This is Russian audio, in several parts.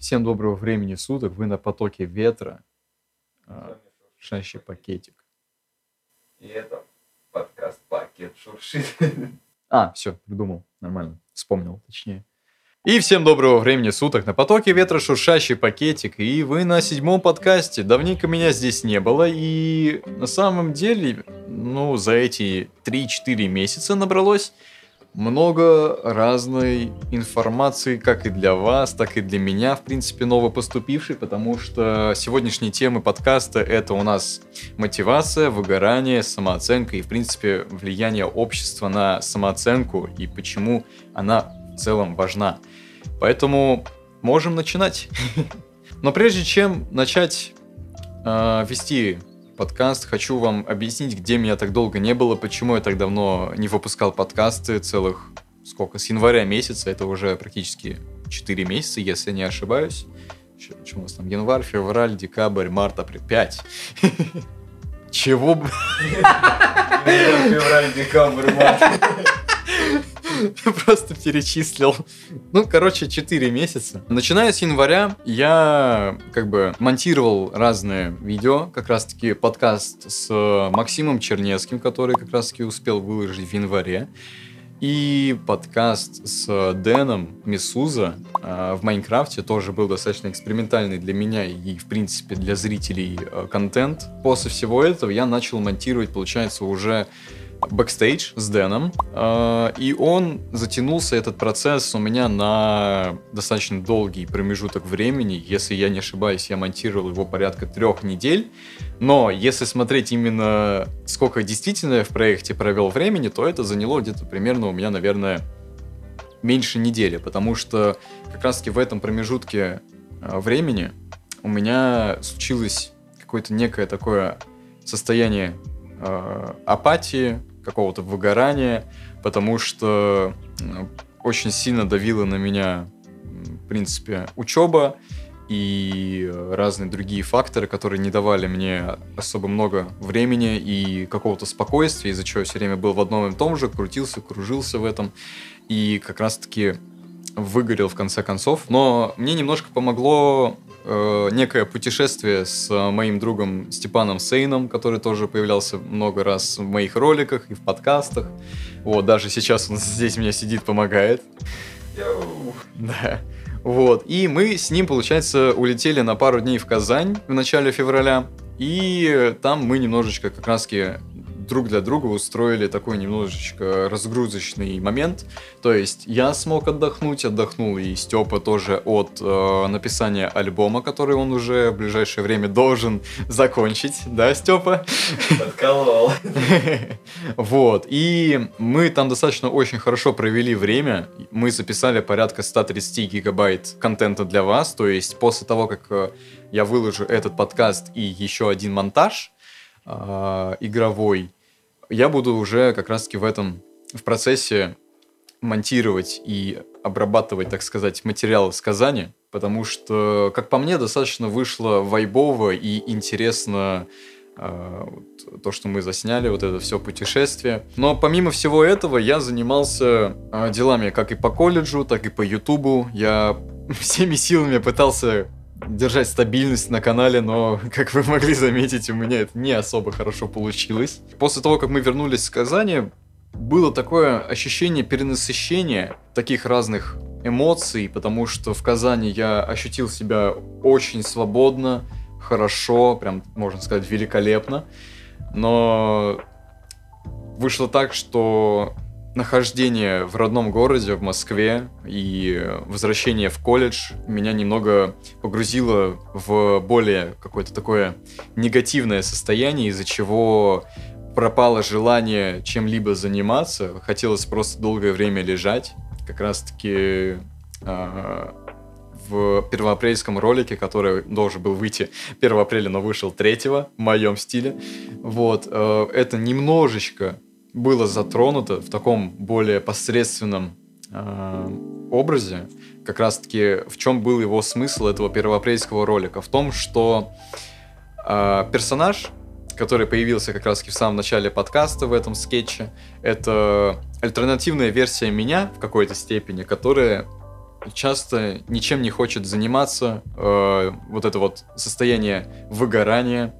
Всем доброго времени суток. Вы на потоке ветра. Шуршащий пакетик. И это подкаст «Пакет шуршит». Все, придумал. Нормально. Вспомнил, точнее. И всем доброго времени суток. На потоке ветра шуршащий пакетик. И вы на 7-м подкасте. Давненько меня здесь не было. И на самом деле, за эти 3-4 месяца набралось много разной информации, как и для вас, так и для меня, в принципе, новопоступившей, потому что сегодняшние темы подкаста — это у нас мотивация, выгорание, самооценка и, в принципе, влияние общества на самооценку и почему она в целом важна. Поэтому можем начинать. Но прежде чем начать вести подкаст, хочу вам объяснить, где меня так долго не было, почему я так давно не выпускал подкасты целых, с января месяца, это уже практически 4 месяца, если не ошибаюсь. Что у нас там? Январь, февраль, декабрь, март, апрель. 5. Чего? Февраль, декабрь, март. Просто перечислил. 4 месяца. Начиная с января я монтировал разные видео. Как раз-таки подкаст с Максимом Чернецким, который как раз-таки успел выложить в январе. И подкаст с Дэном Мисуза в Майнкрафте тоже был достаточно экспериментальный для меня и, в принципе, для зрителей контент. После всего этого я начал монтировать, получается, уже бэкстейдж с Дэном, и он затянулся, этот процесс, у меня на достаточно долгий промежуток времени. Если я не ошибаюсь, я монтировал его порядка 3 недель, но если смотреть именно сколько действительно я в проекте провел времени, то это заняло где-то примерно у меня, наверное, меньше недели, потому что как раз-таки в этом промежутке времени у меня случилось какое-то некое такое состояние апатии, какого-то выгорания, потому что очень сильно давила на меня, в принципе, учеба и разные другие факторы, которые не давали мне особо много времени и какого-то спокойствия, из-за чего я все время был в одном и том же, крутился, кружился в этом и как раз-таки выгорел в конце концов. Но мне немножко помогло некое путешествие с моим другом Степаном Сейном, который тоже появлялся много раз в моих роликах и в подкастах. Даже сейчас он здесь меня сидит, помогает. Да. И мы с ним, получается, улетели на пару дней в Казань в начале февраля. И там мы немножечко как раз-таки друг для друга устроили такой немножечко разгрузочный момент. То есть я смог отдохнул и Степа тоже от написания альбома, который он уже в ближайшее время должен закончить. Да, Степа? Подколол. И мы там достаточно очень хорошо провели время. Мы записали порядка 130 гигабайт контента для вас. То есть после того, как я выложу этот подкаст и еще один монтаж игровой, я буду уже как раз-таки в процессе монтировать и обрабатывать, так сказать, материалы с Казани, потому что, как по мне, достаточно вышло вайбово и интересно то, что мы засняли, это все путешествие. Но помимо всего этого я занимался делами как и по колледжу, так и по ютубу. Я всеми силами пытался держать стабильность на канале, но, как вы могли заметить, у меня это не особо хорошо получилось. После того, как мы вернулись с Казани, было такое ощущение перенасыщения таких разных эмоций, потому что в Казани я ощутил себя очень свободно, хорошо, прям, можно сказать, великолепно. Но вышло так, что нахождение в родном городе, в Москве, и возвращение в колледж меня немного погрузило в более какое-то такое негативное состояние, из-за чего пропало желание чем-либо заниматься. Хотелось просто долгое время лежать. Как раз-таки в первоапрельском ролике, который должен был выйти 1 апреля, но вышел 3 в моем стиле. Это немножечко было затронуто в таком более посредственном образе. Как раз-таки в чем был его смысл этого первоапрельского ролика? В том, что персонаж, который появился как раз-таки в самом начале подкаста в этом скетче, это альтернативная версия меня в какой-то степени, которая часто ничем не хочет заниматься, вот это вот состояние выгорания,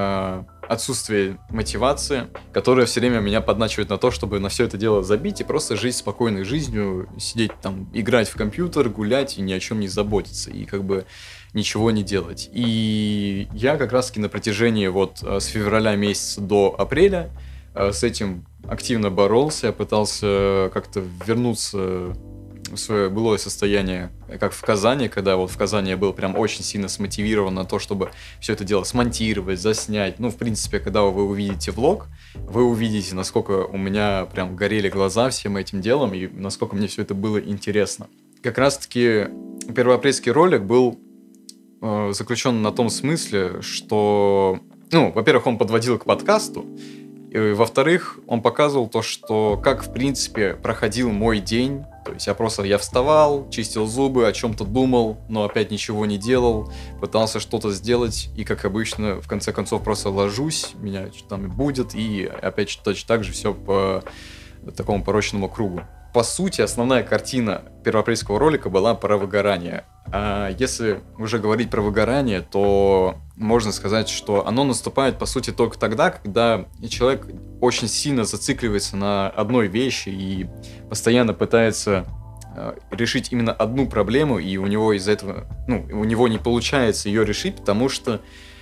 отсутствие мотивации, которое все время меня подначивает на то, чтобы на все это дело забить и просто жить спокойной жизнью, сидеть там, играть в компьютер, гулять и ни о чем не заботиться, и как бы ничего не делать. И я как раз-таки на протяжении вот с февраля месяца до апреля с этим активно боролся, пытался как-то вернуться в свое былое состояние, как в Казани, когда вот в Казани я был прям очень сильно смотивирован на то, чтобы все это дело смонтировать, заснять. Ну, в принципе, когда вы увидите влог, вы увидите, насколько у меня прям горели глаза всем этим делом и насколько мне все это было интересно. Как раз-таки первоапрельский ролик был заключен на том смысле, что, ну, во-первых, он подводил к подкасту, и, во-вторых, он показывал то, что как, в принципе, проходил мой день. То есть я вставал, чистил зубы, о чем-то думал, но опять ничего не делал, пытался что-то сделать, и, как обычно, в конце концов просто ложусь, меня что-то там будет, и опять точно так же все по такому порочному кругу. По сути, основная картина первоапрельского ролика была про выгорание. А если уже говорить про выгорание, то можно сказать, что оно наступает, по сути, только тогда, когда человек очень сильно зацикливается на одной вещи и постоянно пытается решить именно одну проблему, и у него из-за этого, ну, у него не получается ее решить, потому что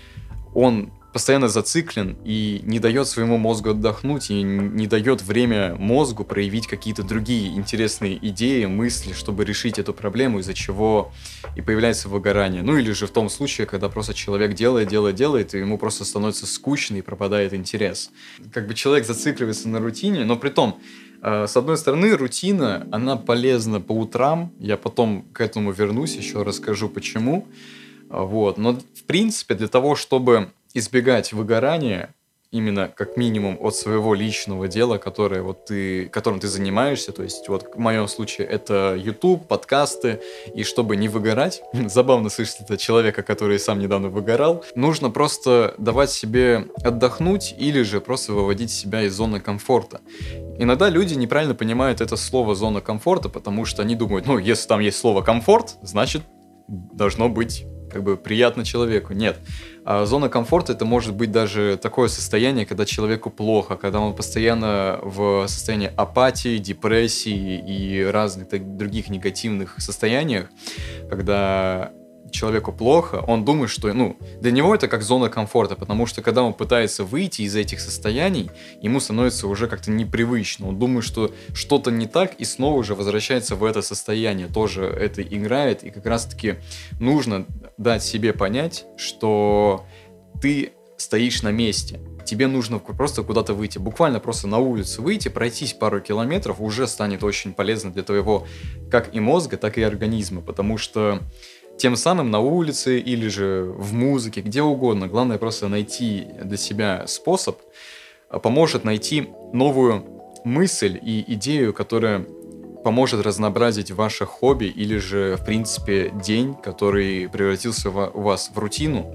он постоянно зациклен и не дает своему мозгу отдохнуть, и не дает время мозгу проявить какие-то другие интересные идеи, мысли, чтобы решить эту проблему, из-за чего и появляется выгорание. Ну или же в том случае, когда просто человек делает, и ему просто становится скучно и пропадает интерес. Как бы человек зацикливается на рутине, но при том, с одной стороны, рутина, она полезна по утрам, я потом к этому вернусь, еще расскажу почему. Вот. Но в принципе для того, чтобы избегать выгорания, именно как минимум от своего личного дела, которым ты занимаешься, то есть вот в моем случае это YouTube, подкасты, и чтобы не выгорать, забавно слышать это человека, который сам недавно выгорал, нужно просто давать себе отдохнуть или же просто выводить себя из зоны комфорта. Иногда люди неправильно понимают это слово «зона комфорта», потому что они думают, ну, если там есть слово «комфорт», значит, должно быть как бы приятно человеку. Нет. А зона комфорта — это может быть даже такое состояние, когда человеку плохо, когда он постоянно в состоянии апатии, депрессии и разных других негативных состояниях, когда человеку плохо, он думает, что, ну, для него это как зона комфорта, потому что когда он пытается выйти из этих состояний, ему становится уже как-то непривычно. Он думает, что что-то не так, и снова же возвращается в это состояние. Тоже это играет, и как раз-таки нужно дать себе понять, что ты стоишь на месте. Тебе нужно просто куда-то выйти, буквально просто на улицу выйти, пройтись пару километров, уже станет очень полезно для твоего как и мозга, так и организма, потому что тем самым на улице или же в музыке, где угодно, главное просто найти для себя способ, поможет найти новую мысль и идею, которая поможет разнообразить ваше хобби или же, в принципе, день, который превратился у вас в рутину,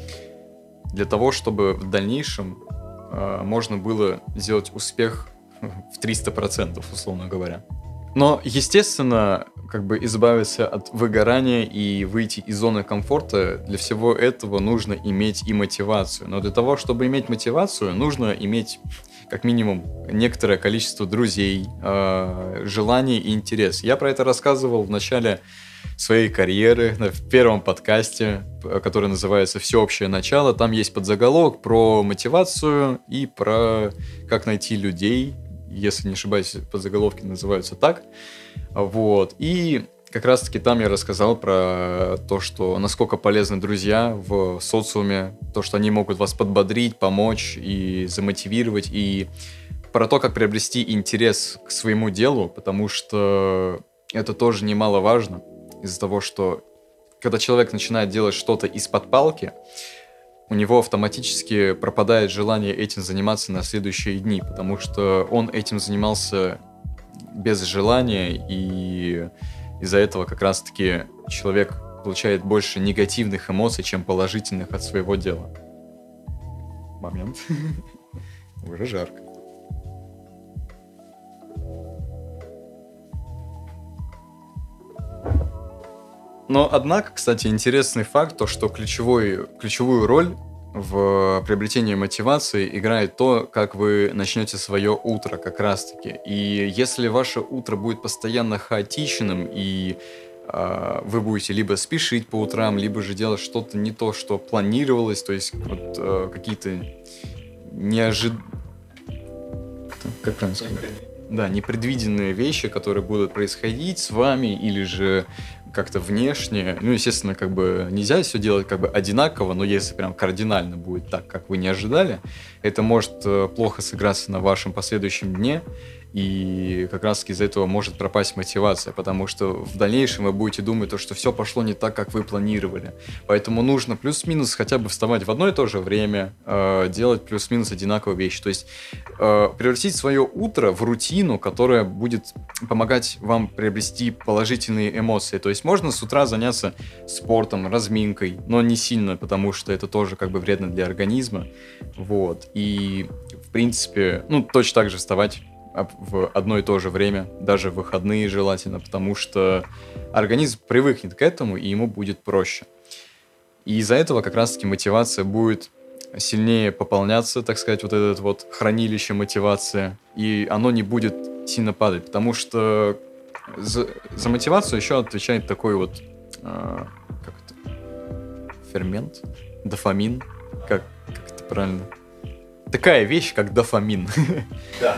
для того, чтобы в дальнейшем можно было сделать успех в 300%, условно говоря. Но, естественно, как бы избавиться от выгорания и выйти из зоны комфорта, для всего этого нужно иметь и мотивацию. Но для того, чтобы иметь мотивацию, нужно иметь как минимум некоторое количество друзей, желаний и интерес. Я про это рассказывал в начале своей карьеры, в первом подкасте, который называется «Всеобщее начало». Там есть подзаголовок про мотивацию и про как найти людей. Если не ошибаюсь, подзаголовки называются так. Вот. И как раз-таки там я рассказал про то, что насколько полезны друзья в социуме, то, что они могут вас подбодрить, помочь и замотивировать, и про то, как приобрести интерес к своему делу, потому что это тоже немаловажно из-за того, что когда человек начинает делать что-то из-под палки, у него автоматически пропадает желание этим заниматься на следующие дни, потому что он этим занимался без желания, и из-за этого как раз-таки человек получает больше негативных эмоций, чем положительных от своего дела. Момент. Уже жарко. Но, однако, кстати, интересный факт, то, что ключевую роль в приобретении мотивации играет то, как вы начнете свое утро как раз-таки. И если ваше утро будет постоянно хаотичным, и вы будете либо спешить по утрам, либо же делать что-то не то, что планировалось, то есть вот, какие-то как правильно сказать? Да, непредвиденные вещи, которые будут происходить с вами или же как-то внешне. Ну, естественно, как бы нельзя все делать как бы одинаково, но если прям кардинально будет так, как вы не ожидали, это может плохо сыграться на вашем последующем дне, и как раз-таки из-за этого может пропасть мотивация, потому что в дальнейшем вы будете думать, то, что все пошло не так, как вы планировали. Поэтому нужно плюс-минус хотя бы вставать в одно и то же время, делать плюс-минус одинаковые вещи. То есть превратить свое утро в рутину, которая будет помогать вам приобрести положительные эмоции. То есть можно с утра заняться спортом, разминкой, но не сильно, потому что это тоже как бы вредно для организма. Вот. И, в принципе, точно так же вставать в одно и то же время, даже в выходные желательно, потому что организм привыкнет к этому, и ему будет проще. И из-за этого как раз-таки мотивация будет сильнее пополняться, так сказать, вот это вот хранилище мотивации, и оно не будет сильно падать, потому что за мотивацию еще отвечает такой вот фермент, дофамин, как это правильно? Такая вещь, как дофамин. Да.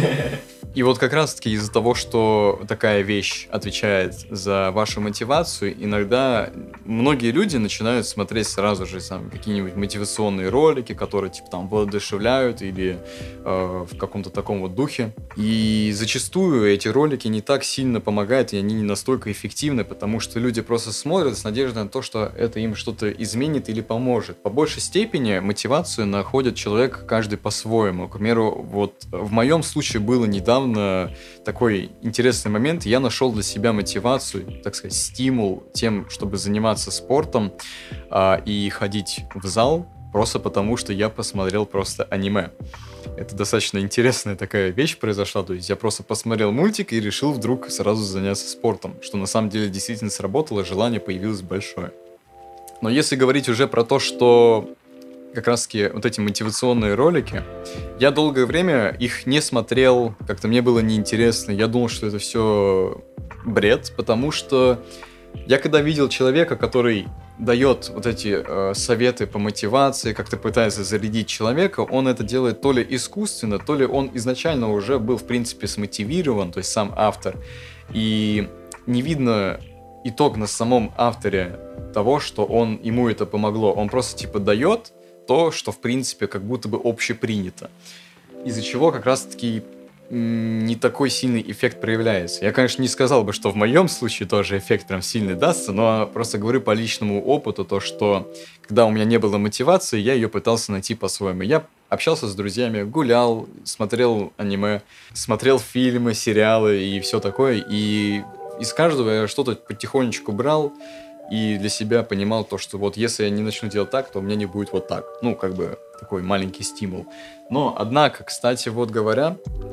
И вот как раз-таки из-за того, что такая вещь отвечает за вашу мотивацию, иногда многие люди начинают смотреть сразу же какие-нибудь мотивационные ролики, которые типа там воодушевляют или в каком-то таком вот духе. И зачастую эти ролики не так сильно помогают, и они не настолько эффективны, потому что люди просто смотрят с надеждой на то, что это им что-то изменит или поможет. По большей степени мотивацию находит человек каждый по-своему. К примеру, вот в моем случае было недавно такой интересный момент. Я нашел для себя мотивацию, так сказать, стимул тем, чтобы заниматься спортом и ходить в зал, просто потому что я посмотрел просто аниме. Это достаточно интересная такая вещь произошла. То есть я просто посмотрел мультик и решил вдруг сразу заняться спортом, что на самом деле действительно сработало, желание появилось большое. Но если говорить уже про то, что как раз-таки вот эти мотивационные ролики, я долгое время их не смотрел, как-то мне было неинтересно, я думал, что это все бред, потому что я когда видел человека, который дает вот эти советы по мотивации, как-то пытается зарядить человека, он это делает то ли искусственно, то ли он изначально уже был, в принципе, смотивирован, то есть сам автор, и не видно итог на самом авторе того, что ему это помогло. Он просто типа дает то, что, в принципе, как будто бы общепринято. Из-за чего как раз-таки не такой сильный эффект проявляется. Я, конечно, не сказал бы, что в моем случае тоже эффект прям сильный дастся, но просто говорю по личному опыту, то, что когда у меня не было мотивации, я ее пытался найти по-своему. Я общался с друзьями, гулял, смотрел аниме, смотрел фильмы, сериалы и все такое, и из каждого я что-то потихонечку брал, и для себя понимал то, что вот если я не начну делать так, то у меня не будет вот так. Как бы такой маленький стимул. Но, однако, кстати, вот говоря,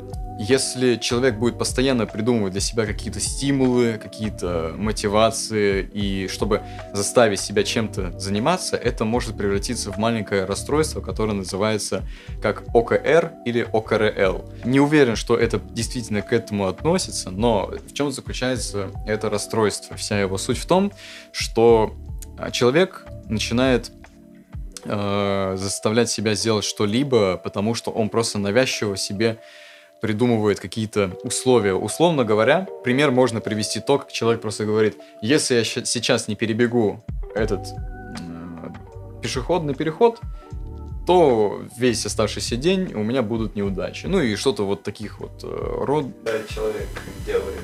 если человек будет постоянно придумывать для себя какие-то стимулы, какие-то мотивации, и чтобы заставить себя чем-то заниматься, это может превратиться в маленькое расстройство, которое называется как ОКР или ОКРЛ. Не уверен, что это действительно к этому относится, но в чем заключается это расстройство? Вся его суть в том, что человек начинает заставлять себя сделать что-либо, потому что он просто навязчиво себе придумывает какие-то условия. Условно говоря, пример можно привести то, как человек просто говорит: если я сейчас не перебегу этот пешеходный переход, то весь оставшийся день у меня будут неудачи. И что-то вот таких вот Да, человек делает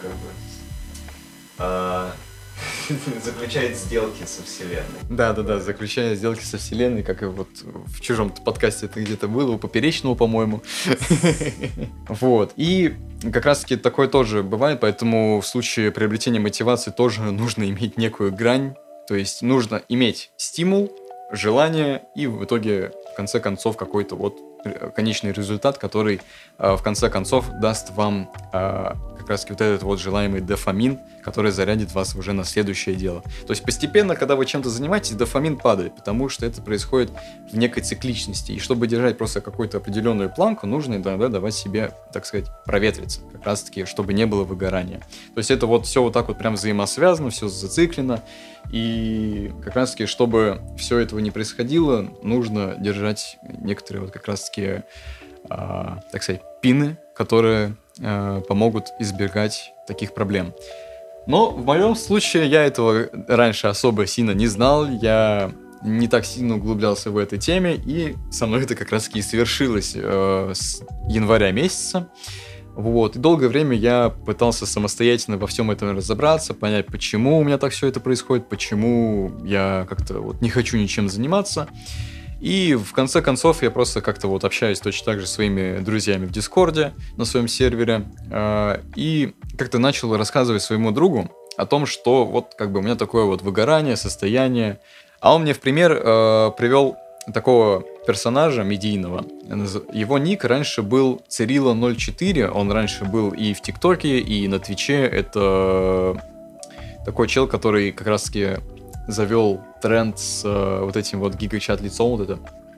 заключает сделки со вселенной. Да, заключая сделки со вселенной, как и вот в чужом подкасте это где-то было, у Поперечного, по-моему. Вот. И как раз-таки такое тоже бывает, поэтому в случае приобретения мотивации тоже нужно иметь некую грань, то есть нужно иметь стимул, желание и в итоге, в конце концов, какой-то вот конечный результат, который в конце концов даст вам как раз-таки вот этот вот желаемый дофамин, которая зарядит вас уже на следующее дело. То есть постепенно, когда вы чем-то занимаетесь, дофамин падает, потому что это происходит в некой цикличности. И чтобы держать просто какую-то определенную планку, нужно иногда давать себе, так сказать, проветриться, как раз-таки, чтобы не было выгорания. То есть это вот все вот так вот прям взаимосвязано, все зациклено. И как раз-таки, чтобы все этого не происходило, нужно держать некоторые вот как раз-таки, так сказать, пины, которые помогут избегать таких проблем. Но в моем случае я этого раньше особо сильно не знал, я не так сильно углублялся в этой теме, и со мной это как раз-таки и совершилось с января месяца. Вот. И долгое время я пытался самостоятельно во всем этом разобраться, понять, почему у меня так все это происходит, почему я как-то вот не хочу ничем заниматься. И в конце концов я просто как-то вот общаюсь точно так же с своими друзьями в Дискорде на своем сервере и как-то начал рассказывать своему другу о том, что вот как бы у меня такое вот выгорание, состояние. А он мне в пример привел такого персонажа медийного. Его ник раньше был Цирилла04, он раньше был и в ТикТоке, и на Твиче. Это такой чел, который как раз-таки завел тренд с вот этим вот гигачат лицом вот это.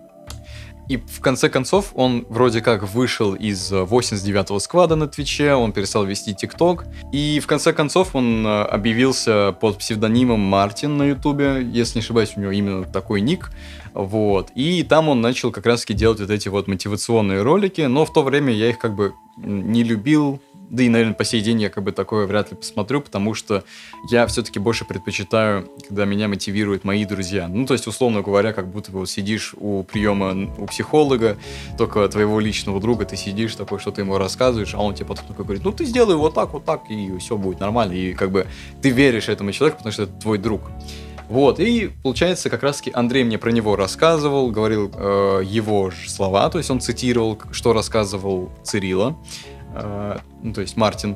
И в конце концов он вроде как вышел из 89-го сквада на Твиче, он перестал вести ТикТок, и в конце концов он объявился под псевдонимом Мартин на Ютубе, если не ошибаюсь, у него именно такой ник, вот, и там он начал как раз-таки делать вот эти вот мотивационные ролики, но в то время я их как бы не любил. Да и, наверное, по сей день я как бы такое вряд ли посмотрю, потому что я все-таки больше предпочитаю, когда меня мотивируют мои друзья. Ну, то есть, условно говоря, как будто бы вот сидишь у приема у психолога, только твоего личного друга, ты сидишь такой, что ты ему рассказываешь, а он тебе потом такой говорит, ну, ты сделай вот так, и все будет нормально. И как бы ты веришь этому человеку, потому что это твой друг. Вот, и получается, как раз-таки Андрей мне про него рассказывал, говорил его же слова, то есть он цитировал, что рассказывал Цирилла. Ну, то есть Мартин.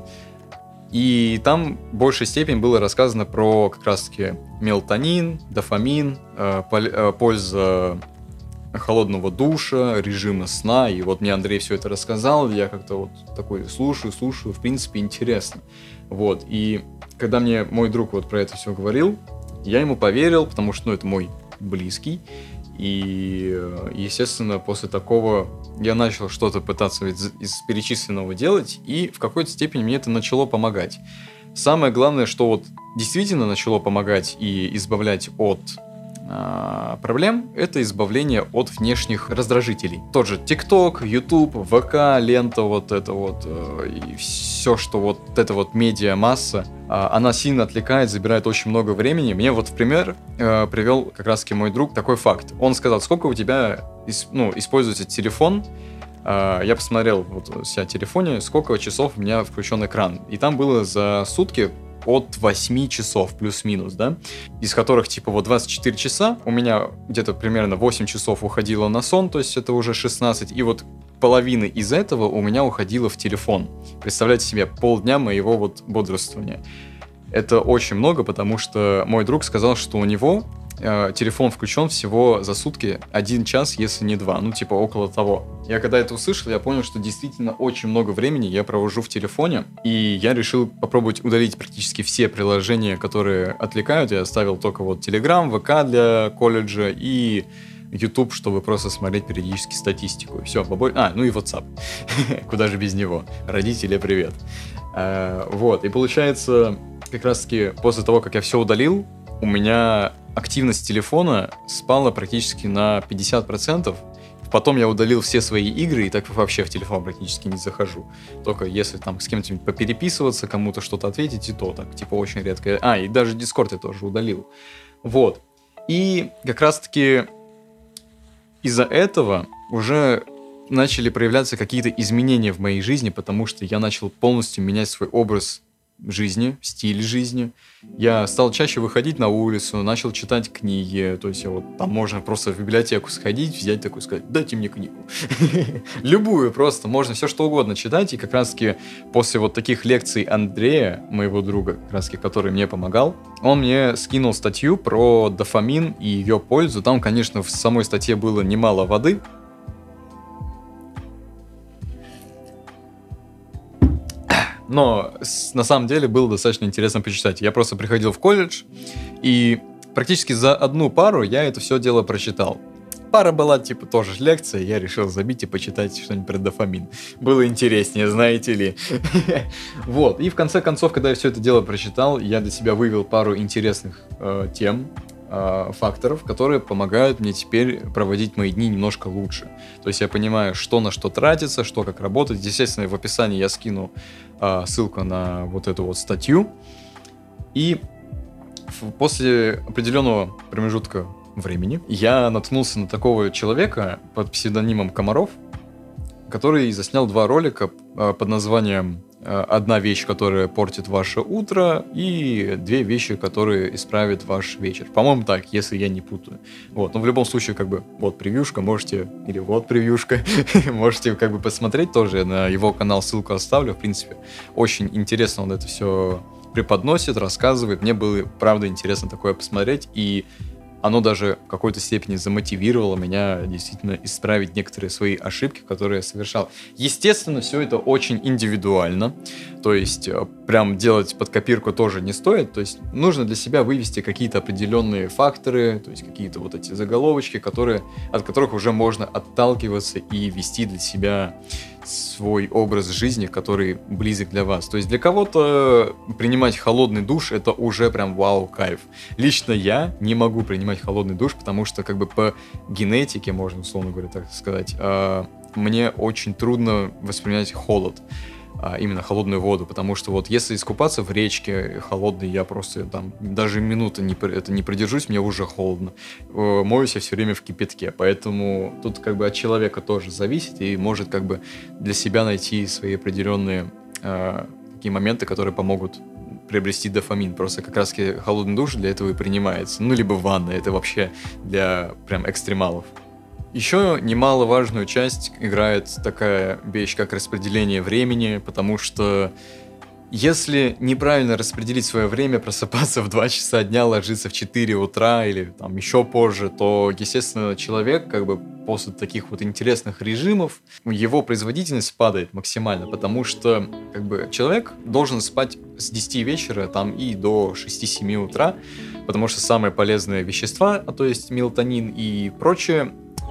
И там в большей степени было рассказано про как раз-таки мелатонин, дофамин, польза холодного душа, режима сна. И вот мне Андрей все это рассказал, я как-то вот такой слушаю, в принципе, интересно. Вот, и когда мне мой друг вот про это все говорил, я ему поверил, потому что, ну, это мой близкий. И, естественно, после такого я начал что-то пытаться из перечисленного делать, и в какой-то степени мне это начало помогать. Самое главное, что вот действительно начало помогать и избавлять от проблем, это избавление от внешних раздражителей. Тот же ТикТок, Ютуб, ВК, лента, вот это вот, и все, что вот эта вот медиа-масса, она сильно отвлекает, забирает очень много времени. Мне вот в пример привел как раз-таки мой друг такой факт. Он сказал, сколько у тебя используется телефон. Я посмотрел вот у себя в телефоне, сколько часов у меня включен экран. И там было за сутки от 8 часов плюс-минус, да, из которых типа вот 24 часа, у меня где-то примерно 8 часов уходило на сон, то есть это уже 16, и вот половина из этого у меня уходила в телефон. Представляете себе, полдня моего вот бодрствования. Это очень много, потому что мой друг сказал, что у него телефон включен всего за сутки 1 час, если не 2, ну типа около того. Я когда это услышал, я понял, что действительно очень много времени я провожу в телефоне, и я решил попробовать удалить практически все приложения, которые отвлекают. Я оставил только вот Telegram, ВК для колледжа и YouTube, чтобы просто смотреть периодически статистику. Все, ну и WhatsApp. Куда же без него? Родители, привет. Вот, и получается, как раз-таки после того, как я все удалил, у меня активность телефона спала практически на 50%. Потом я удалил все свои игры, и так вообще в телефон практически не захожу. Только если там с кем-то попереписываться, кому-то что-то ответить, и то так, типа, очень редко. И даже Discord я тоже удалил. Вот. И как раз-таки из-за этого уже начали проявляться какие-то изменения в моей жизни, потому что я начал полностью менять свой образ жизни, стиль жизни. Я стал чаще выходить на улицу, начал читать книги. То есть вот там можно просто в библиотеку сходить, взять такую, сказать, дайте мне книгу. Любую просто, можно все что угодно читать. И как раз-таки после вот таких лекций Андрея, моего друга, как раз-таки, который мне помогал, он мне скинул статью про дофамин и ее пользу. Там, конечно, в самой статье было немало воды. Но на самом деле было достаточно интересно почитать. Я просто приходил в колледж, и практически за одну пару я это все дело прочитал. Пара была, типа, тоже лекция, я решил забить и почитать что-нибудь про дофамин. Было интереснее, знаете ли. Вот, и в конце концов, когда я все это дело прочитал, я для себя вывел пару интересных тем, факторов, которые помогают мне теперь проводить мои дни немножко лучше. То есть я понимаю, что на что тратится, что как работать. Естественно, в описании я скину ссылку на вот эту вот статью. И после определенного промежутка времени я наткнулся на такого человека под псевдонимом Комаров, который заснял 2 ролика под названием «Одна вещь, которая портит ваше утро», и 2 вещи, которые исправят ваш вечер. По-моему, так, если я не путаю. Вот. Но в любом случае, как бы, вот превьюшка, можете, или вот превьюшка, можете как бы посмотреть тоже на его канал, ссылку оставлю, в принципе. Очень интересно он это все преподносит, рассказывает. Мне было, правда, интересно такое посмотреть, и оно даже в какой-то степени замотивировало меня действительно исправить некоторые свои ошибки, которые я совершал. Естественно, все это очень индивидуально, то есть прям делать под копирку тоже не стоит, то есть нужно для себя вывести какие-то определенные факторы, то есть какие-то вот эти заголовочки, от которых уже можно отталкиваться и вести для себя свой образ жизни, который близок для вас. То есть для кого-то принимать холодный душ — это уже прям вау, кайф. Лично я не могу принимать холодный душ, потому что как бы по генетике, можно условно говоря так сказать, мне очень трудно воспринимать холод, именно холодную воду, потому что вот если искупаться в речке холодной, я просто там даже минуты не продержусь, мне уже холодно. Моюсь я все время в кипятке, поэтому тут как бы от человека тоже зависит, и может как бы для себя найти свои определенные такие моменты, которые помогут приобрести дофамин. Просто как раз холодный душ для этого и принимается. Ну, либо ванна, это вообще для прям экстремалов. Еще немаловажную часть играет такая вещь, как распределение времени, потому что если неправильно распределить свое время, просыпаться в 2 часа дня, ложиться в 4 утра или там еще позже, то, естественно, человек как бы после таких вот интересных режимов, его производительность падает максимально, потому что как бы человек должен спать с 10 вечера там и до 6-7 утра, потому что самые полезные вещества, то есть мелатонин и прочее,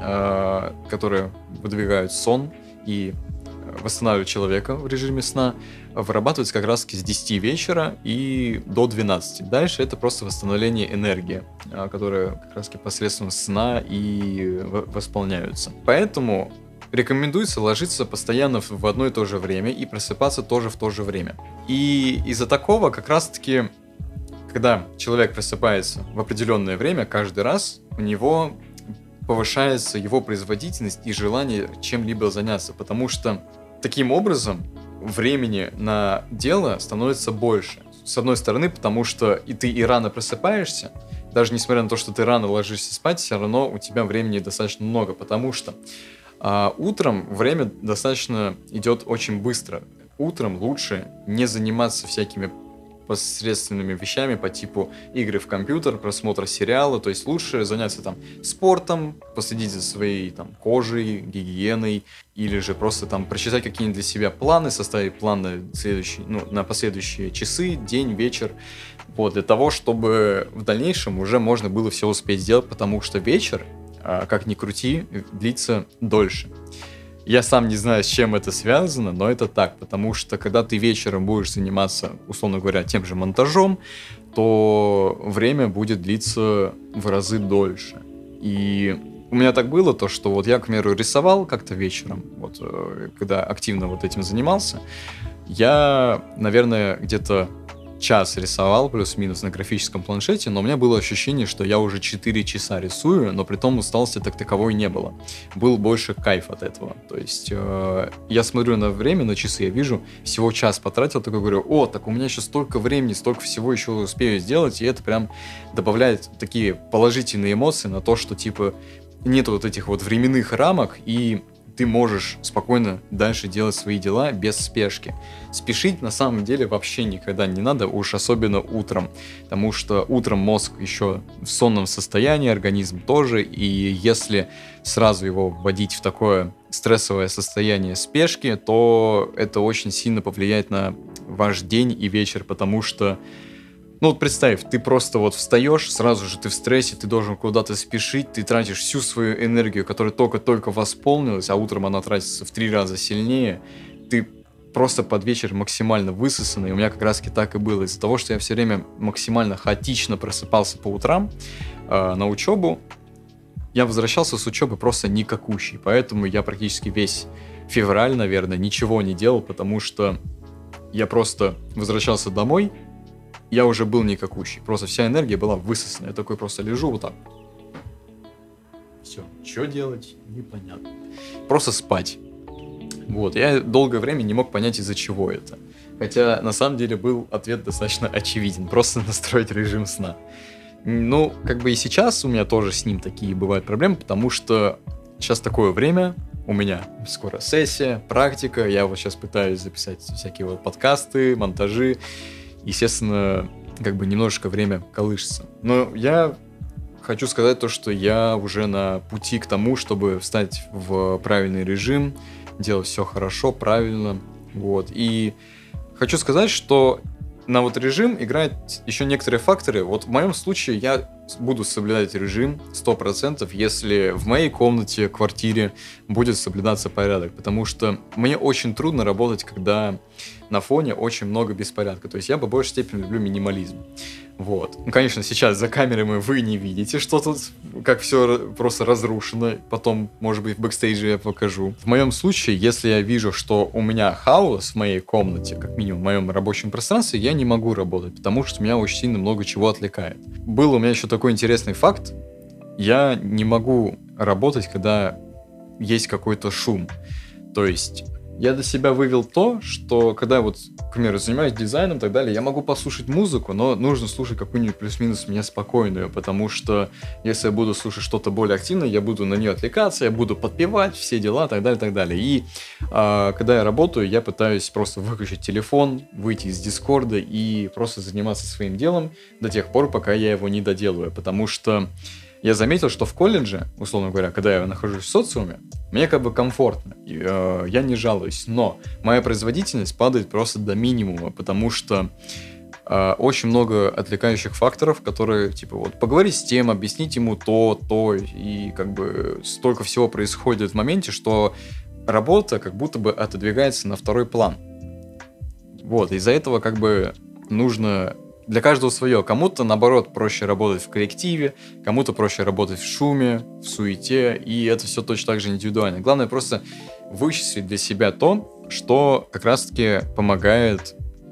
которые выдвигают сон и восстанавливают человека в режиме сна, вырабатывается как раз с 10 вечера и до 12. Дальше это просто восстановление энергии, которая как раз посредством сна и восполняются. Поэтому рекомендуется ложиться постоянно в одно и то же время и просыпаться тоже в то же время. И из-за такого как раз-таки, когда человек просыпается в определенное время, каждый раз у него повышается его производительность и желание чем-либо заняться, потому что таким образом времени на дело становится больше. С одной стороны, потому что ты рано просыпаешься, даже несмотря на то, что ты рано ложишься спать, все равно у тебя времени достаточно много, потому что утром время достаточно идет очень быстро. Утром лучше не заниматься всякими посредственными вещами по типу игры в компьютер, просмотра сериала, то есть лучше заняться там спортом, последить за своей там кожей, гигиеной, или же просто там прочитать какие-нибудь для себя планы, составить план на последующие часы, день, вечер, вот, для того, чтобы в дальнейшем уже можно было все успеть сделать, потому что вечер, как ни крути, длится дольше. Я сам не знаю, с чем это связано, но это так, потому что когда ты вечером будешь заниматься, условно говоря, тем же монтажом, то время будет длиться в разы дольше. И у меня так было то, что вот я, к примеру, рисовал как-то вечером, вот, когда активно вот этим занимался, я, наверное, где-то час рисовал, плюс-минус на графическом планшете, но у меня было ощущение, что я уже 4 часа рисую, но при том усталости так таковой не было. Был больше кайф от этого. То есть я смотрю на время, на часы, я вижу, всего час потратил, такой говорю, так у меня еще столько времени, столько всего еще успею сделать, и это прям добавляет такие положительные эмоции на то, что типа нет вот этих вот временных рамок, и ты можешь спокойно дальше делать свои дела без спешки. Спешить на самом деле вообще никогда не надо, уж особенно утром, потому что утром мозг еще в сонном состоянии, организм тоже, и если сразу его вводить в такое стрессовое состояние спешки, то это очень сильно повлияет на ваш день и вечер, потому что, ну вот представь, ты просто вот встаешь, сразу же ты в стрессе, ты должен куда-то спешить, ты тратишь всю свою энергию, которая только-только восполнилась, а утром она тратится в 3 раза сильнее, ты просто под вечер максимально высосанный. У меня как раз-таки так и было. Из-за того, что я все время максимально хаотично просыпался по утрам на учебу, я возвращался с учебы просто никакущий. Поэтому я практически весь февраль, наверное, ничего не делал, потому что я просто возвращался домой, я уже был никакущий. Просто вся энергия была высосана. Я такой просто лежу вот так. Все. Что делать? Непонятно. Просто спать. Вот. Я долгое время не мог понять, из-за чего это. Хотя, на самом деле, был ответ достаточно очевиден. Просто настроить режим сна. Ну, как бы и сейчас у меня тоже с ним такие бывают проблемы, потому что сейчас такое время, у меня скоро сессия, практика, я вот сейчас пытаюсь записать всякие вот подкасты, монтажи. Естественно, как бы немножечко время колышется. Но я хочу сказать то, что я уже на пути к тому, чтобы встать в правильный режим, делать все хорошо, правильно. Вот. И хочу сказать, что на вот режим играют еще некоторые факторы. Вот в моем случае я буду соблюдать режим 100%, если в моей комнате, квартире будет соблюдаться порядок. Потому что мне очень трудно работать, когда на фоне очень много беспорядка. То есть я по большей степени люблю минимализм. Вот. Ну, конечно, сейчас за камерами вы не видите, что тут, как все просто разрушено. Потом, может быть, в бэкстейдже я покажу. В моем случае, если я вижу, что у меня хаос в моей комнате, как минимум в моем рабочем пространстве, я не могу работать, потому что меня очень сильно много чего отвлекает. Был у меня еще такой интересный факт. Я не могу работать, когда есть какой-то шум. То есть я для себя вывел то, что когда вот, к примеру, занимаюсь дизайном и так далее, я могу послушать музыку, но нужно слушать какую-нибудь плюс-минус мне спокойную, потому что если я буду слушать что-то более активное, я буду на нее отвлекаться, я буду подпевать, все дела и так далее, и так далее. И когда я работаю, я пытаюсь просто выключить телефон, выйти из Дискорда и просто заниматься своим делом до тех пор, пока я его не доделаю, потому что я заметил, что в колледже, условно говоря, когда я нахожусь в социуме, мне как бы комфортно, я не жалуюсь, но моя производительность падает просто до минимума, потому что очень много отвлекающих факторов, которые, типа, вот, поговорить с тем, объяснить ему то, и как бы столько всего происходит в моменте, что работа как будто бы отодвигается на второй план. Вот, из-за этого как бы нужно... Для каждого свое. Кому-то, наоборот, проще работать в коллективе, кому-то проще работать в шуме, в суете, и это все точно так же индивидуально. Главное просто вычислить для себя то, что как раз-таки помогает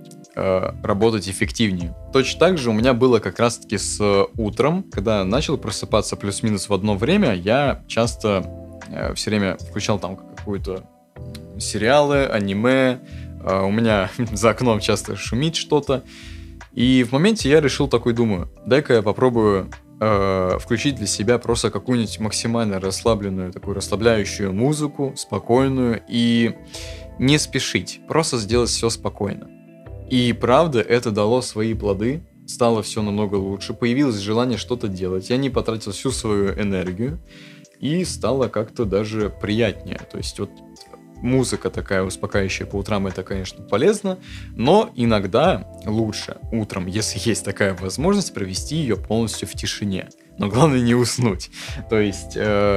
работать эффективнее. Точно так же у меня было как раз-таки с утром, когда начал просыпаться плюс-минус в одно время, я часто все время включал там какую-то сериалы, аниме, у меня за окном часто шумит что-то. И в моменте я решил такой, думаю, дай-ка я попробую включить для себя просто какую-нибудь максимально расслабленную, такую расслабляющую музыку, спокойную, и не спешить, просто сделать все спокойно. И правда, это дало свои плоды, стало все намного лучше, появилось желание что-то делать, я не потратил всю свою энергию, и стало как-то даже приятнее. То есть вот музыка такая успокаивающая по утрам, это, конечно, полезно, но иногда лучше утром, если есть такая возможность, провести ее полностью в тишине. Но главное не уснуть. То есть,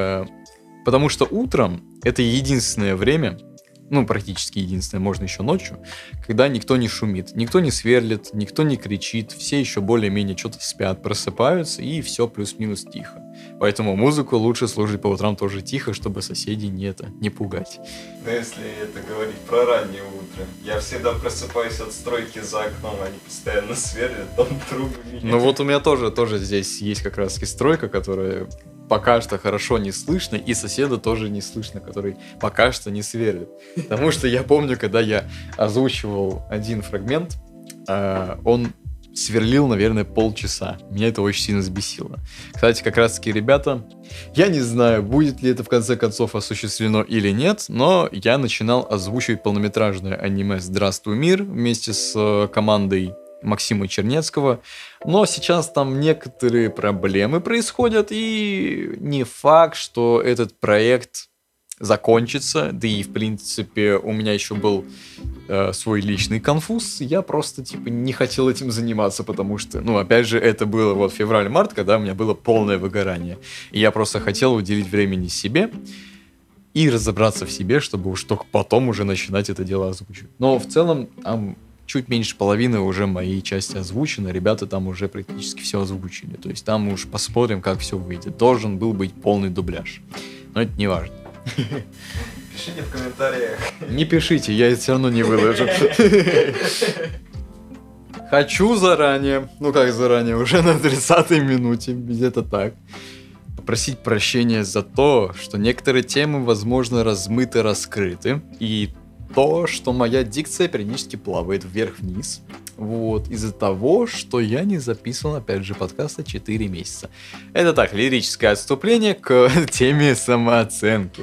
потому что утром это единственное время, ну, практически единственное, можно еще ночью, когда никто не шумит, никто не сверлит, никто не кричит, все еще более-менее что-то спят, просыпаются, и все плюс-минус тихо. Поэтому музыку лучше слушать по утрам тоже тихо, чтобы соседей не пугать. Но если это говорить про раннее утро, я всегда просыпаюсь от стройки за окном, они постоянно сверлят, там трубы меня. Ну вот у меня тоже здесь есть как раз стройка, которая пока что хорошо не слышно, и соседа тоже не слышно, который пока что не сверлит. Потому что я помню, когда я озвучивал один фрагмент, он сверлил, наверное, полчаса. Меня это очень сильно взбесило. Кстати, как раз-таки, ребята, я не знаю, будет ли это в конце концов осуществлено или нет, но я начинал озвучивать полнометражное аниме «Здравствуй, мир» вместе с командой Максима Чернецкого, но сейчас там некоторые проблемы происходят, и не факт, что этот проект закончится, да и, в принципе, у меня еще был свой личный конфуз, я просто, типа, не хотел этим заниматься, потому что, ну, опять же, это было вот февраль-март, когда у меня было полное выгорание, и я просто хотел уделить времени себе и разобраться в себе, чтобы уж только потом уже начинать это дело озвучивать. Но в целом, там чуть меньше половины уже моей части озвучено, ребята там уже практически все озвучили, то есть там уж посмотрим, как все выйдет. Должен был быть полный дубляж, но это не важно. Пишите в комментариях. Не пишите, я это все равно не выложу. Хочу заранее, ну как заранее, уже на 30-й минуте, где-то так, попросить прощения за то, что некоторые темы, возможно, размыты, раскрыты, и то, что моя дикция периодически плавает вверх-вниз. Вот, из-за того, что я не записывал, опять же, подкаста 4 месяца. Это так, лирическое отступление к теме самооценки.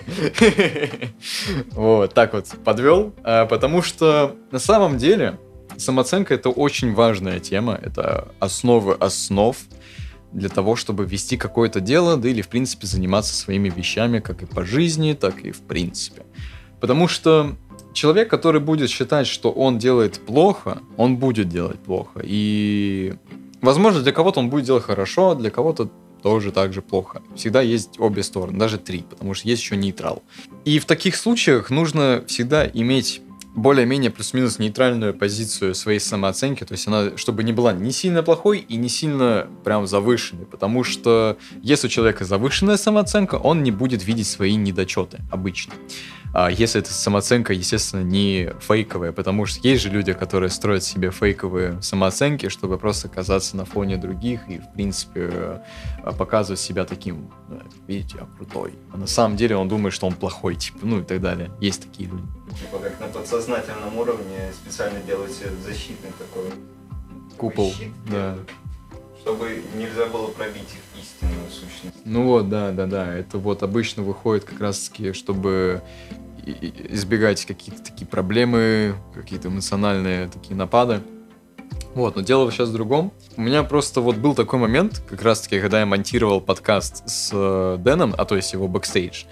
Вот, так вот подвел, потому что на самом деле самооценка — это очень важная тема, это основы основ для того, чтобы вести какое-то дело, да или, в принципе, заниматься своими вещами, как и по жизни, так и в принципе. Потому что человек, который будет считать, что он делает плохо, он будет делать плохо. И, возможно, для кого-то он будет делать хорошо, а для кого-то тоже так же плохо. Всегда есть обе стороны, даже 3, потому что есть еще нейтрал. И в таких случаях нужно всегда иметь более-менее плюс-минус нейтральную позицию своей самооценки, то есть она, чтобы не была ни сильно плохой и не сильно прям завышенной, потому что если у человека завышенная самооценка, он не будет видеть свои недочеты обычно. А если эта самооценка, естественно, не фейковая, потому что есть же люди, которые строят себе фейковые самооценки, чтобы просто казаться на фоне других и, в принципе, показывать себя таким, видите, я крутой. А на самом деле он думает, что он плохой, типа, ну и так далее. Есть такие люди. Типа как на подсознательном уровне специально делать себе защитный такой купол, щит, да. чтобы нельзя было пробить их истинную сущность. Ну вот, да. Это вот обычно выходит как раз-таки, чтобы избегать какие-то такие проблемы, какие-то эмоциональные такие напады. Вот, но дело сейчас в другом. У меня просто вот был такой момент, как раз-таки, когда я монтировал подкаст с Дэном, а то есть его бэкстейдж,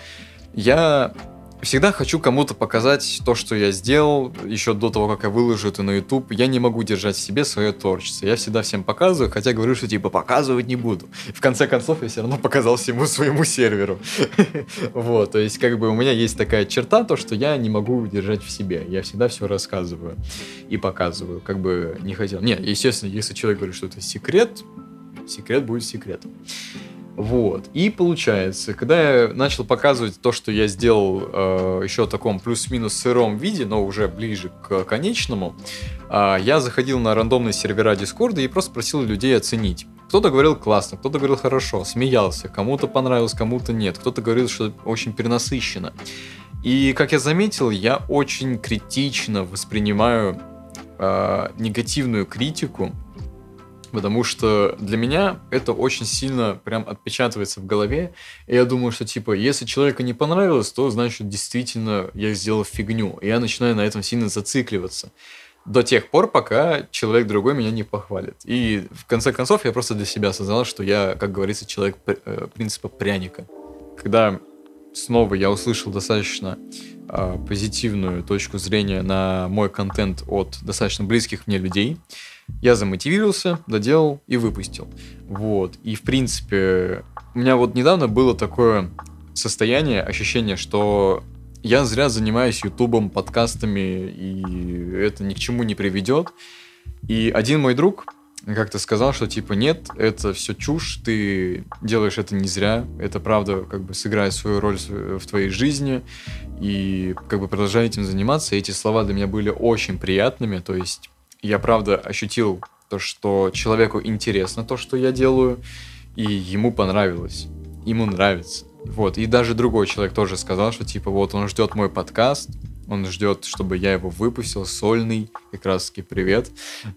я всегда хочу кому-то показать то, что я сделал, еще до того, как я выложу это на YouTube. Я не могу держать в себе свое творчество. Я всегда всем показываю, хотя говорю, что типа показывать не буду. В конце концов, я все равно показал всему своему серверу. Вот, то есть как бы у меня есть такая черта, то, что я не могу держать в себе. Я всегда все рассказываю и показываю, как бы не хотел. Не, естественно, если человек говорит, что это секрет, секрет будет секретом. Вот. И получается, когда я начал показывать то, что я сделал еще в таком плюс-минус сыром виде, но уже ближе к конечному, я заходил на рандомные сервера Дискорда и просто просил людей оценить. Кто-то говорил классно, кто-то говорил хорошо, смеялся, кому-то понравилось, кому-то нет, кто-то говорил, что очень перенасыщенно. И, как я заметил, я очень критично воспринимаю негативную критику, потому что для меня это очень сильно прям отпечатывается в голове. И я думаю, что типа, если человеку не понравилось, то значит действительно я сделал фигню. И я начинаю на этом сильно зацикливаться. До тех пор, пока человек другой меня не похвалит. И в конце концов я просто для себя осознал, что я, как говорится, человек принципа пряника. Когда снова я услышал достаточно позитивную точку зрения на мой контент от достаточно близких мне людей, я замотивировался, доделал и выпустил. Вот. И, в принципе, у меня вот недавно было такое состояние, ощущение, что я зря занимаюсь ютубом, подкастами, и это ни к чему не приведет. И один мой друг как-то сказал, что типа нет, это все чушь, ты делаешь это не зря, это правда как бы сыграет свою роль в твоей жизни, и как бы продолжай этим заниматься. И эти слова для меня были очень приятными, то есть я правда ощутил то, что человеку интересно то, что я делаю, и ему понравилось, ему нравится. Вот, и даже другой человек тоже сказал, что типа вот он ждет мой подкаст, он ждет, чтобы я его выпустил, сольный, как раз таки привет.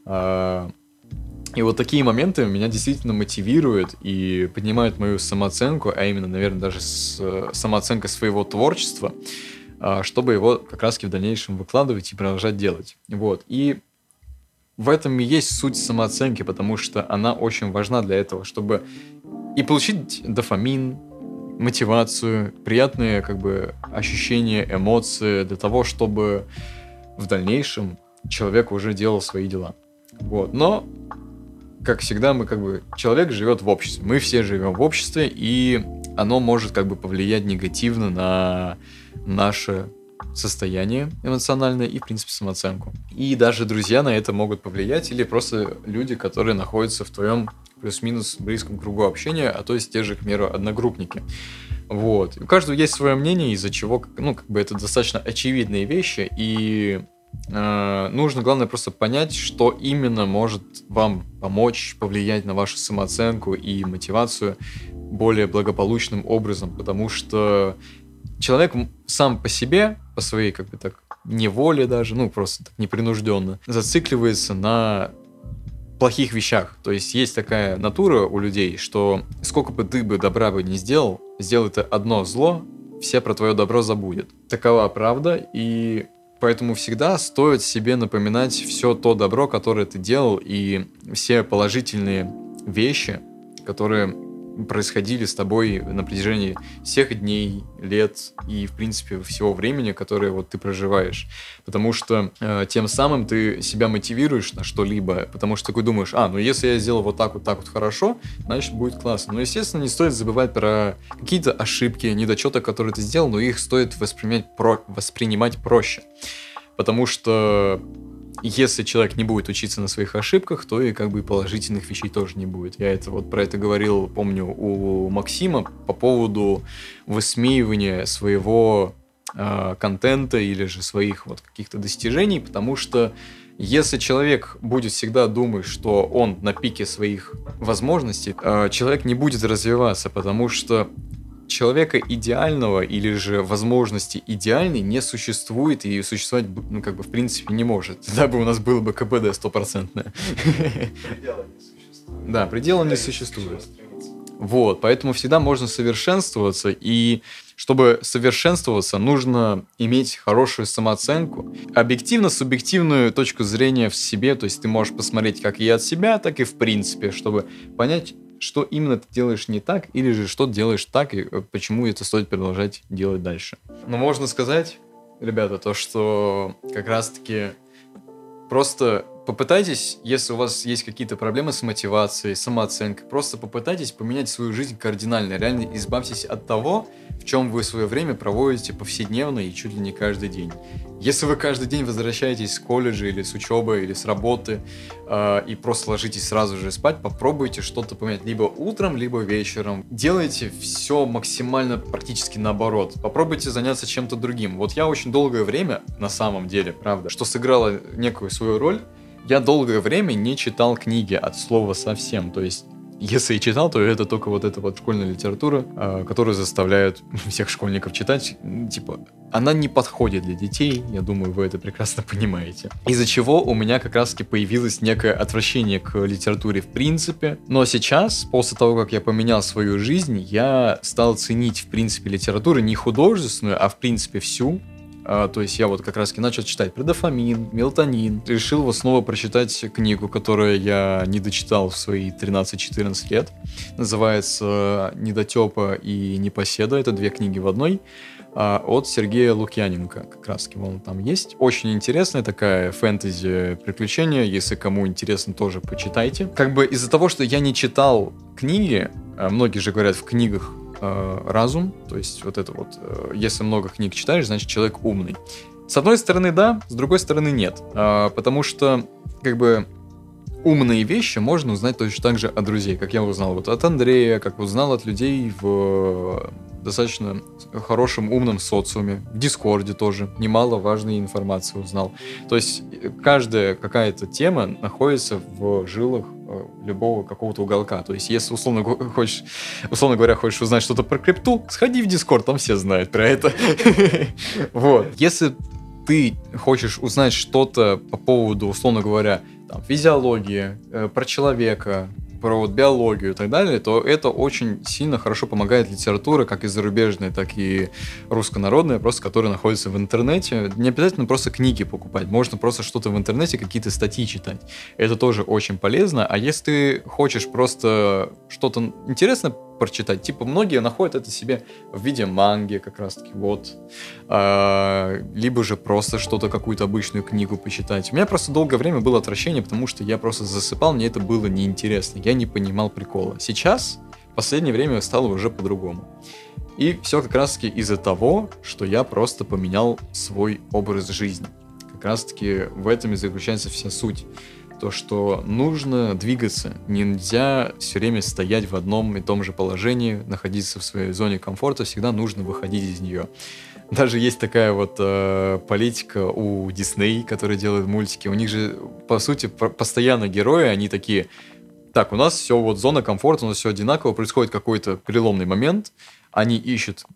И вот такие моменты меня действительно мотивируют и поднимают мою самооценку, а именно, наверное, даже самооценка своего творчества, чтобы его как раз-таки в дальнейшем выкладывать и продолжать делать. Вот, и в этом и есть суть самооценки, потому что она очень важна для этого, чтобы и получить дофамин, мотивацию, приятные как бы ощущения, эмоции для того, чтобы в дальнейшем человек уже делал свои дела. Вот. Но, как всегда, мы как бы... Человек живет в обществе. Мы все живем в обществе, и оно может как бы повлиять негативно на наше состояние эмоциональное и, в принципе, самооценку. И даже друзья на это могут повлиять, или просто люди, которые находятся в твоем плюс-минус близком кругу общения, а то есть те же, к примеру, одногруппники. Вот. У каждого есть свое мнение, из-за чего, ну, как бы это достаточно очевидные вещи, и нужно, главное, просто понять, что именно может вам помочь повлиять на вашу самооценку и мотивацию более благополучным образом, потому что человек сам по себе, по своей, как бы так, неволе даже, ну, просто так непринужденно, зацикливается на плохих вещах. То есть есть такая натура у людей, что сколько бы ты бы добра бы не сделал, сделай ты одно зло, все про твое добро забудет. Такова правда, и поэтому всегда стоит себе напоминать все то добро, которое ты делал, и все положительные вещи, которые происходили с тобой на протяжении всех дней, лет и, в принципе, всего времени, которое вот ты проживаешь. Потому что тем самым ты себя мотивируешь на что-либо, потому что такой думаешь, ну если я сделал вот так вот хорошо, значит будет классно. Но, естественно, не стоит забывать про какие-то ошибки, недочеты, которые ты сделал, но их стоит воспринимать проще. Потому что если человек не будет учиться на своих ошибках, то и как бы положительных вещей тоже не будет. Я это вот про это говорил, помню, у Максима по поводу высмеивания своего контента или же своих вот каких-то достижений, потому что если человек будет всегда думать, что он на пике своих возможностей, человек не будет развиваться, потому что человека идеального или же возможности идеальной не существует и существовать, ну, как бы, в принципе, не может. Тогда бы у нас было бы КПД 100%. Предела не существует. Да, предела не существует. Вот, поэтому всегда можно совершенствоваться, и чтобы совершенствоваться, нужно иметь хорошую самооценку, объективно-субъективную точку зрения в себе, то есть ты можешь посмотреть как и от себя, так и в принципе, чтобы понять, что именно ты делаешь не так, или же что делаешь так, и почему это стоит продолжать делать дальше. Но можно сказать, ребята, то, что как раз-таки просто попытайтесь, если у вас есть какие-то проблемы с мотивацией, самооценкой, просто попытайтесь поменять свою жизнь кардинально. Реально избавьтесь от того, в чем вы свое время проводите повседневно и чуть ли не каждый день. Если вы каждый день возвращаетесь с колледжа или с учебы, или с работы, и просто ложитесь сразу же спать, попробуйте что-то поменять либо утром, либо вечером. Делайте все максимально практически наоборот. Попробуйте заняться чем-то другим. Вот я очень долгое время, на самом деле, правда, что сыграло некую свою роль, я долгое время не читал книги от слова совсем. То есть, если и читал, то это только вот эта вот школьная литература, которую заставляют всех школьников читать. Типа, она не подходит для детей, я думаю, вы это прекрасно понимаете. Из-за чего у меня как раз-таки появилось некое отвращение к литературе в принципе. Но сейчас, после того, как я поменял свою жизнь, я стал ценить, в принципе, литературу не художественную, а в принципе всю. То есть я вот как раз начал читать про дофамин, мелатонин. Решил вот снова прочитать книгу, которую я не дочитал в свои 13-14 лет. Называется «Недотёпа» и «Непоседа». Это две книги в одной. От Сергея Лукьяненко. Как раз он там есть. Очень интересная такая фэнтези-приключения. Если кому интересно, тоже почитайте. Как бы из-за того, что я не читал книги, многие же говорят в книгах разум, то есть вот это вот, если много книг читаешь, значит человек умный. С одной стороны да, с другой стороны нет, потому что как бы умные вещи можно узнать точно так же от друзей, как я узнал вот от Андрея, как узнал от людей в достаточно хорошем умном социуме, в Дискорде тоже немало важной информации узнал. То есть каждая какая-то тема находится в жилах любого какого-то уголка. То есть если условно говоря, хочешь узнать что-то про крипту, сходи в Дискорд, там все знают про это. Вот. Если ты хочешь узнать что-то по поводу, условно говоря, там, физиологии, про человека, про вот биологию и так далее, то это очень сильно хорошо помогает литература, как и зарубежная, так и руссконародная, просто которая находится в интернете. Не обязательно просто книги покупать, можно просто что-то в интернете, какие-то статьи читать. Это тоже очень полезно. А если ты хочешь просто что-то интересное прочитать. Типа, многие находят это себе в виде манги, как раз-таки, вот. Либо же просто что-то, какую-то обычную книгу почитать. У меня просто долгое время было отвращение, потому что я просто засыпал, мне это было неинтересно. Я не понимал прикола. Сейчас, в последнее время, стало уже по-другому. И все как раз-таки из-за того, что я просто поменял свой образ жизни. Как раз-таки в этом и заключается вся суть. То, что нужно двигаться. Нельзя все время стоять в одном и том же положении, находиться в своей зоне комфорта. Всегда нужно выходить из нее. Даже есть такая вот политика у Disney, которые делают мультики. У них же, по сути, постоянно герои, они такие... Так, у нас все вот зона комфорта, у нас все одинаково. Происходит какой-то переломный момент. Они ищут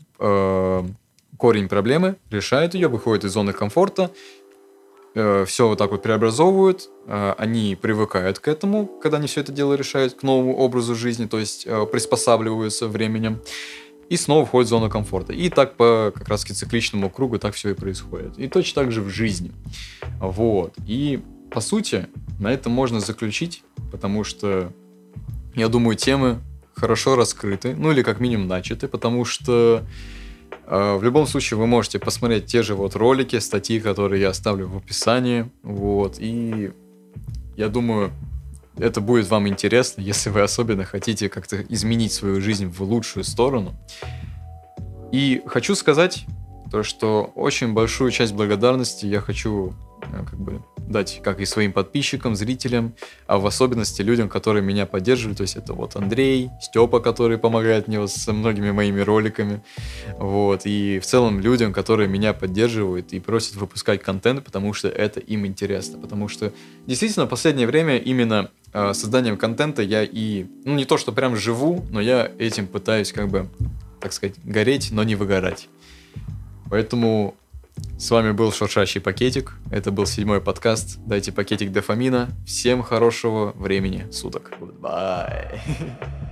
корень проблемы, решают ее, выходят из зоны комфорта. Все вот так вот преобразовывают, они привыкают к этому, когда они все это дело решают, к новому образу жизни, то есть приспосабливаются временем, и снова входят в зону комфорта. И так по как раз-таки цикличному кругу так все и происходит. И точно так же в жизни. Вот. И по сути на этом можно заключить, потому что, я думаю, темы хорошо раскрыты, ну или как минимум начаты, потому что в любом случае вы можете посмотреть те же вот ролики, статьи, которые я оставлю в описании. Вот. И я думаю, это будет вам интересно, если вы особенно хотите как-то изменить свою жизнь в лучшую сторону. И хочу сказать то, что очень большую часть благодарности я хочу как бы дать как и своим подписчикам, зрителям, а в особенности людям, которые меня поддерживают. То есть это вот Андрей, Степа, который помогает мне со многими моими роликами. Вот. И в целом людям, которые меня поддерживают и просят выпускать контент, потому что это им интересно. Потому что действительно в последнее время именно созданием контента я и, ну не то, что прям живу, но я этим пытаюсь как бы, так сказать, гореть, но не выгорать. Поэтому с вами был Шуршащий Пакетик. Это был 7-й подкаст. Дайте пакетик дофамина. Всем хорошего времени суток. Goodbye.